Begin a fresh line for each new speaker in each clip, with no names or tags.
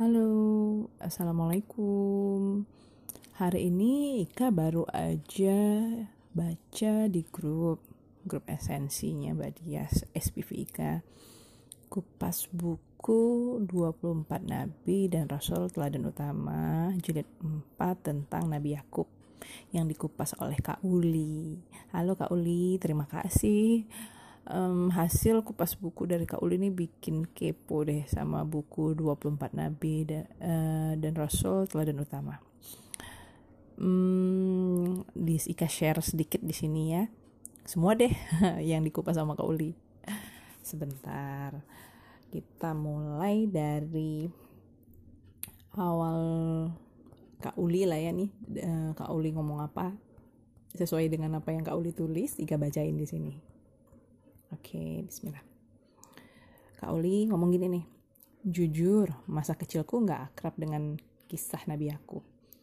Halo, Assalamualaikum. Hari ini Ika baru aja baca di grup esensinya Mbak Dias, SPV Ika. Kupas buku 24 Nabi dan Rasul Teladan Utama, jilid 4 tentang Nabi Yakub yang dikupas oleh Kak Uli. Halo Kak Uli, terima kasih. Hasil kupas buku dari Kak Uli ini bikin kepo deh sama buku 24 Nabi dan Rasul Teladan Utama. Ika share sedikit di sini ya. Semua deh yang dikupas sama Kak Uli. Sebentar. Kita mulai dari awal Kak Uli lah ya nih. Kak Uli ngomong apa sesuai dengan apa yang Kak Uli tulis, Ika bacain di sini. Oke, bismillah. Kak Uli ngomong gini nih. Jujur, masa kecilku gak akrab dengan kisah Nabi Yakub.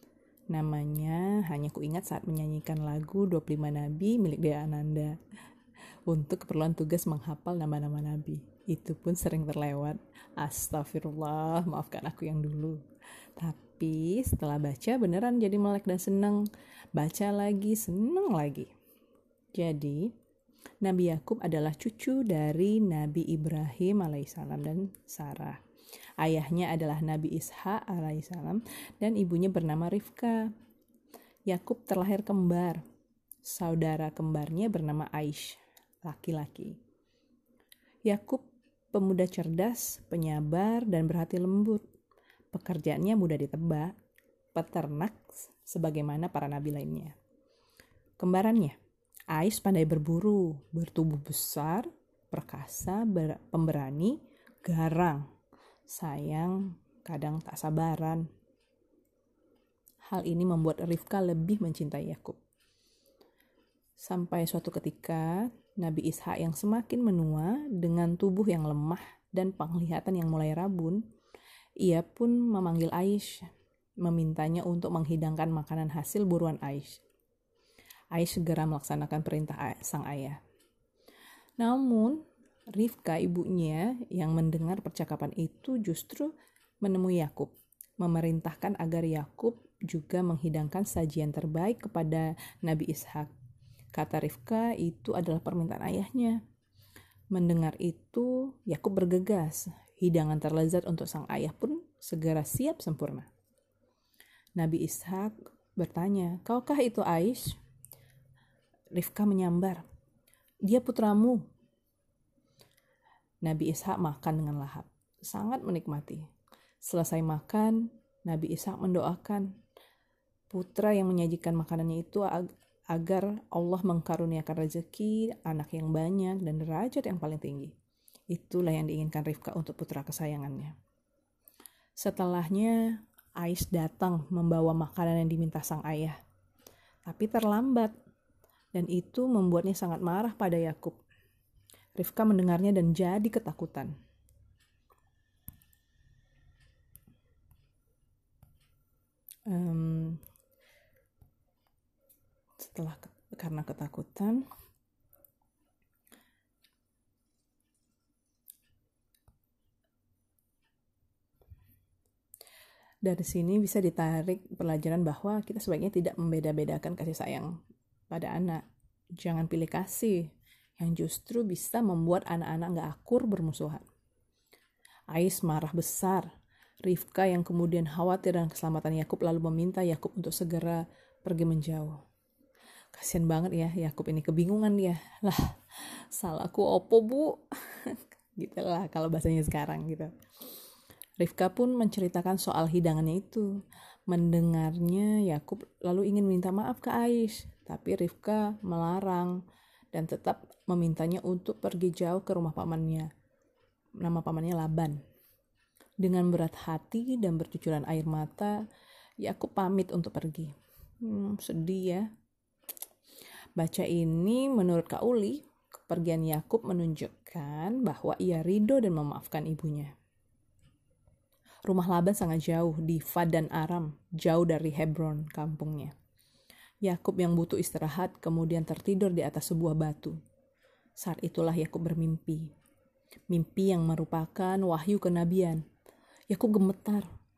Namanya hanya kuingat saat menyanyikan lagu 25 Nabi milik Dea Ananda untuk keperluan tugas menghafal nama-nama Nabi. Itu pun sering terlewat. Astagfirullah, maafkan aku yang dulu. Tapi setelah baca beneran jadi melek dan seneng. Baca lagi, seneng lagi. Jadi Nabi Yakub adalah cucu dari Nabi Ibrahim alaihissalam dan Sarah. Ayahnya adalah Nabi Ishak alaihissalam dan ibunya bernama Rifka. Yakub terlahir kembar. Saudara kembarnya bernama Aish, laki-laki. Yakub pemuda cerdas, penyabar, dan berhati lembut. Pekerjaannya mudah ditebak, peternak sebagaimana para nabi lainnya. Kembarannya, Aish pandai berburu, bertubuh besar, perkasa, pemberani, garang. Sayang, kadang tak sabaran. Hal ini membuat Rifka lebih mencintai Yakub. Sampai suatu ketika, Nabi Ishak yang semakin menua dengan tubuh yang lemah dan penglihatan yang mulai rabun, ia pun memanggil Aish, memintanya untuk menghidangkan makanan hasil buruan Aish. Aish segera melaksanakan perintah sang ayah. Namun, Rifka ibunya yang mendengar percakapan itu justru menemui Yakub, memerintahkan agar Yakub juga menghidangkan sajian terbaik kepada Nabi Ishak. Kata Rifka, itu adalah permintaan ayahnya. Mendengar itu, Yakub bergegas. Hidangan terlezat untuk sang ayah pun segera siap sempurna. Nabi Ishak bertanya, "Kaukah itu Aish?" Rifka menyambar, "Dia putramu." Nabi Ishak makan dengan lahap, sangat menikmati. Selesai makan, Nabi Ishak mendoakan putra yang menyajikan makanannya itu agar Allah mengkaruniakan rezeki, anak yang banyak, dan derajat yang paling tinggi. Itulah yang diinginkan Rifka untuk putra kesayangannya. Setelahnya, Aish datang membawa makanan yang diminta sang ayah. Tapi terlambat. Dan itu membuatnya sangat marah pada Yakub. Rifka mendengarnya dan jadi ketakutan. Karena ketakutan, dari sini bisa ditarik pelajaran bahwa kita sebaiknya tidak membeda-bedakan kasih sayang pada anak. Jangan pilih kasih yang justru bisa membuat anak-anak gak akur bermusuhan. Aish marah besar. Rifka yang kemudian khawatir dengan keselamatan Yakub lalu meminta Yakub untuk segera pergi menjauh. Kasian banget ya Yakub ini, kebingungan dia. Lah, salahku opo bu? Gitu lah kalau bahasanya sekarang gitu. Rifka pun menceritakan soal hidangannya itu. Mendengarnya, Yakub lalu ingin minta maaf ke Aish, tapi Rifka melarang dan tetap memintanya untuk pergi jauh ke rumah pamannya. Nama pamannya Laban. Dengan berat hati dan bercucuran air mata, Yakub pamit untuk pergi. Sedih ya. Baca ini menurut Kak Uli, kepergian Yakub menunjukkan bahwa ia ridho dan memaafkan ibunya. Rumah Laban sangat jauh di Padan Aram, jauh dari Hebron, kampungnya. Yakub yang butuh istirahat kemudian tertidur di atas sebuah batu. Saat itulah Yakub bermimpi. Mimpi yang merupakan wahyu kenabian. Yakub gemetar.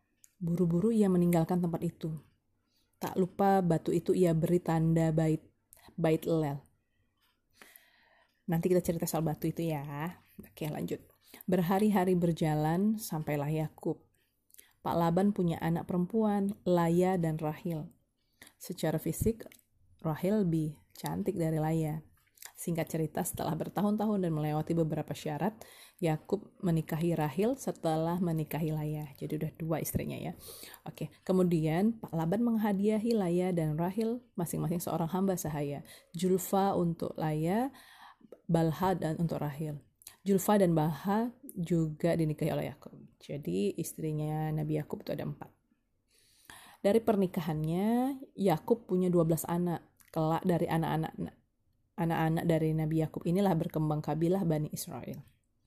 Buru-buru ia meninggalkan tempat itu. Tak lupa batu itu ia beri tanda bait lel. Nanti kita cerita soal batu itu ya. Oke, lanjut. Berhari-hari berjalan sampailah Yakub. Pak Laban punya anak perempuan, Laya dan Rahil. Secara fisik, Rahil lebih cantik dari Laya. Singkat cerita, setelah bertahun-tahun dan melewati beberapa syarat, Yakub menikahi Rahil setelah menikahi Laya. Jadi udah 2 istrinya ya. Oke, kemudian Pak Laban menghadiahi Laya dan Rahil masing-masing seorang hamba sahaya. Julfa untuk Laya, Balha dan untuk Rahil. Julfa dan Balha juga dinikahi oleh Yakub. Jadi istrinya Nabi Yakub itu ada 4. Dari pernikahannya, Yakub punya 12 anak. Kelak dari anak-anak dari Nabi Yakub inilah berkembang kabilah Bani Israel.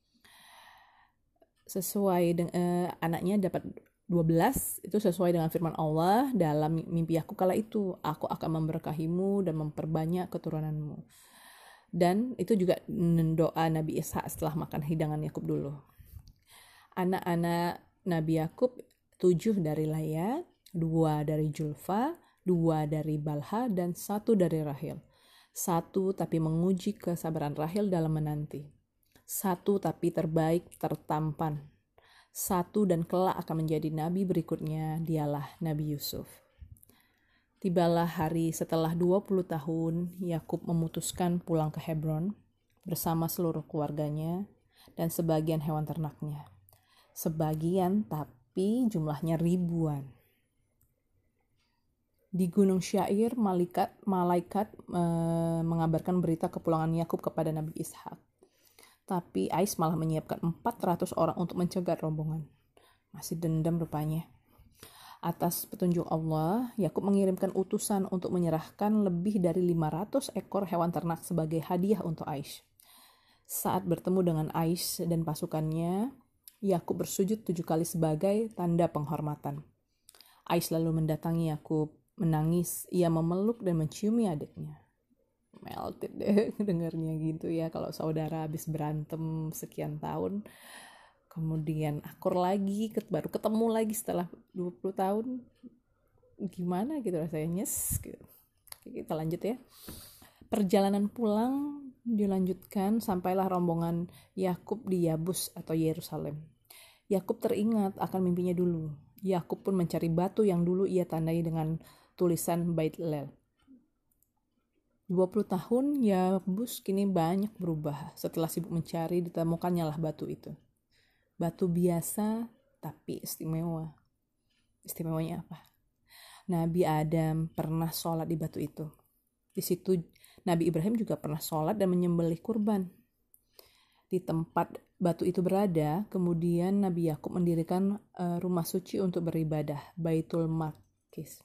Sesuai dengan anaknya dapat 12, itu sesuai dengan firman Allah dalam mimpi Yakub kala itu, aku akan memberkahimu dan memperbanyak keturunanmu. Dan itu juga doa Nabi Ishak setelah makan hidangan Yakub dulu. Anak-anak Nabi Yakub 7 dari Laya, 2 dari Julfa, 2 dari Balha, dan 1 dari Rahil. 1 tapi menguji kesabaran Rahil dalam menanti. 1 tapi terbaik tertampan. 1 dan kelak akan menjadi nabi berikutnya, dialah Nabi Yusuf. Tibalah hari setelah 20 tahun, Yakub memutuskan pulang ke Hebron bersama seluruh keluarganya dan sebagian hewan ternaknya. Sebagian tapi jumlahnya ribuan. Di Gunung Syair, malaikat mengabarkan berita kepulangan Yakub kepada Nabi Ishak. Tapi Ais malah menyiapkan 400 orang untuk mencegat rombongan. Masih dendam rupanya. Atas petunjuk Allah, Yakub mengirimkan utusan untuk menyerahkan lebih dari 500 ekor hewan ternak sebagai hadiah untuk Ais. Saat bertemu dengan Ais dan pasukannya, Yakub bersujud 7 kali sebagai tanda penghormatan. Ais lalu mendatangi Yakub. Menangis, ia memeluk dan menciumi adiknya. Melted deh dengarnya gitu ya, kalau saudara habis berantem sekian tahun, kemudian akur lagi, baru ketemu lagi setelah 20 tahun, gimana gitu rasanya, nyes gitu. Kita lanjut ya. Perjalanan pulang dilanjutkan sampailah rombongan Yakub di Yabus atau Yerusalem. Yakub teringat akan mimpinya dulu. Yakub pun mencari batu yang dulu ia tandai dengan tulisan Bait Lel. 20 tahun Yabus kini banyak berubah. Setelah sibuk mencari, ditemukannya lah batu itu. Batu biasa tapi istimewa. Istimewanya apa? Nabi Adam pernah sholat di batu itu. Di situ Nabi Ibrahim juga pernah sholat dan menyembelih kurban. Di tempat batu itu berada, kemudian Nabi Yakub mendirikan rumah suci untuk beribadah, Baitul Maqdis.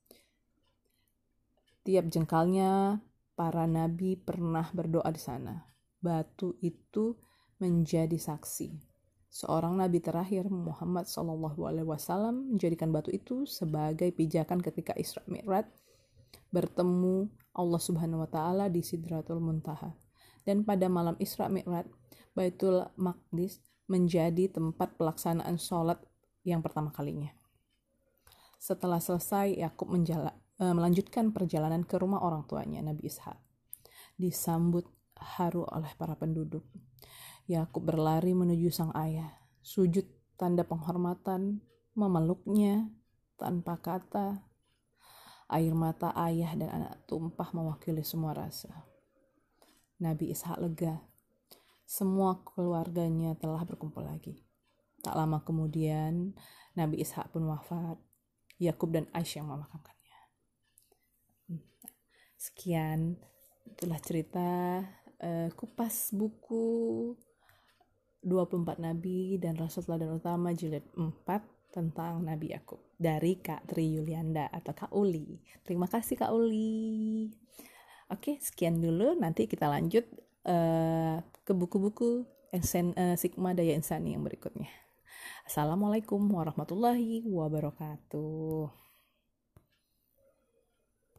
Tiap jengkalnya para nabi pernah berdoa di sana. Batu itu menjadi saksi. Seorang nabi terakhir, Muhammad SAW, menjadikan batu itu sebagai pijakan ketika Isra Mi'raj bertemu Allah Subhanahu wa taala di Sidratul Muntaha. Dan pada malam Isra Mi'raj, Baitul Maqdis menjadi tempat pelaksanaan sholat yang pertama kalinya. Setelah selesai, Yakub melanjutkan perjalanan ke rumah orang tuanya, Nabi Ishak. Disambut haru oleh para penduduk. Yakub berlari menuju sang ayah, sujud tanda penghormatan, memeluknya tanpa kata. Air mata ayah dan anak tumpah mewakili semua rasa. Nabi Ishak lega. Semua keluarganya telah berkumpul lagi. Tak lama kemudian, Nabi Ishak pun wafat. Yakub dan Aisyah yang memakamkannya. Sekian, itulah cerita kupas buku 24 Nabi dan Rasul Teladan Utama jilid 4 tentang Nabi Yakub dari Kak Tri Yulianda atau Kak Uli. Terima kasih Kak Uli. Oke, sekian dulu. Nanti kita lanjut ke buku-buku Sigma Daya Insani yang berikutnya. Assalamualaikum warahmatullahi wabarakatuh.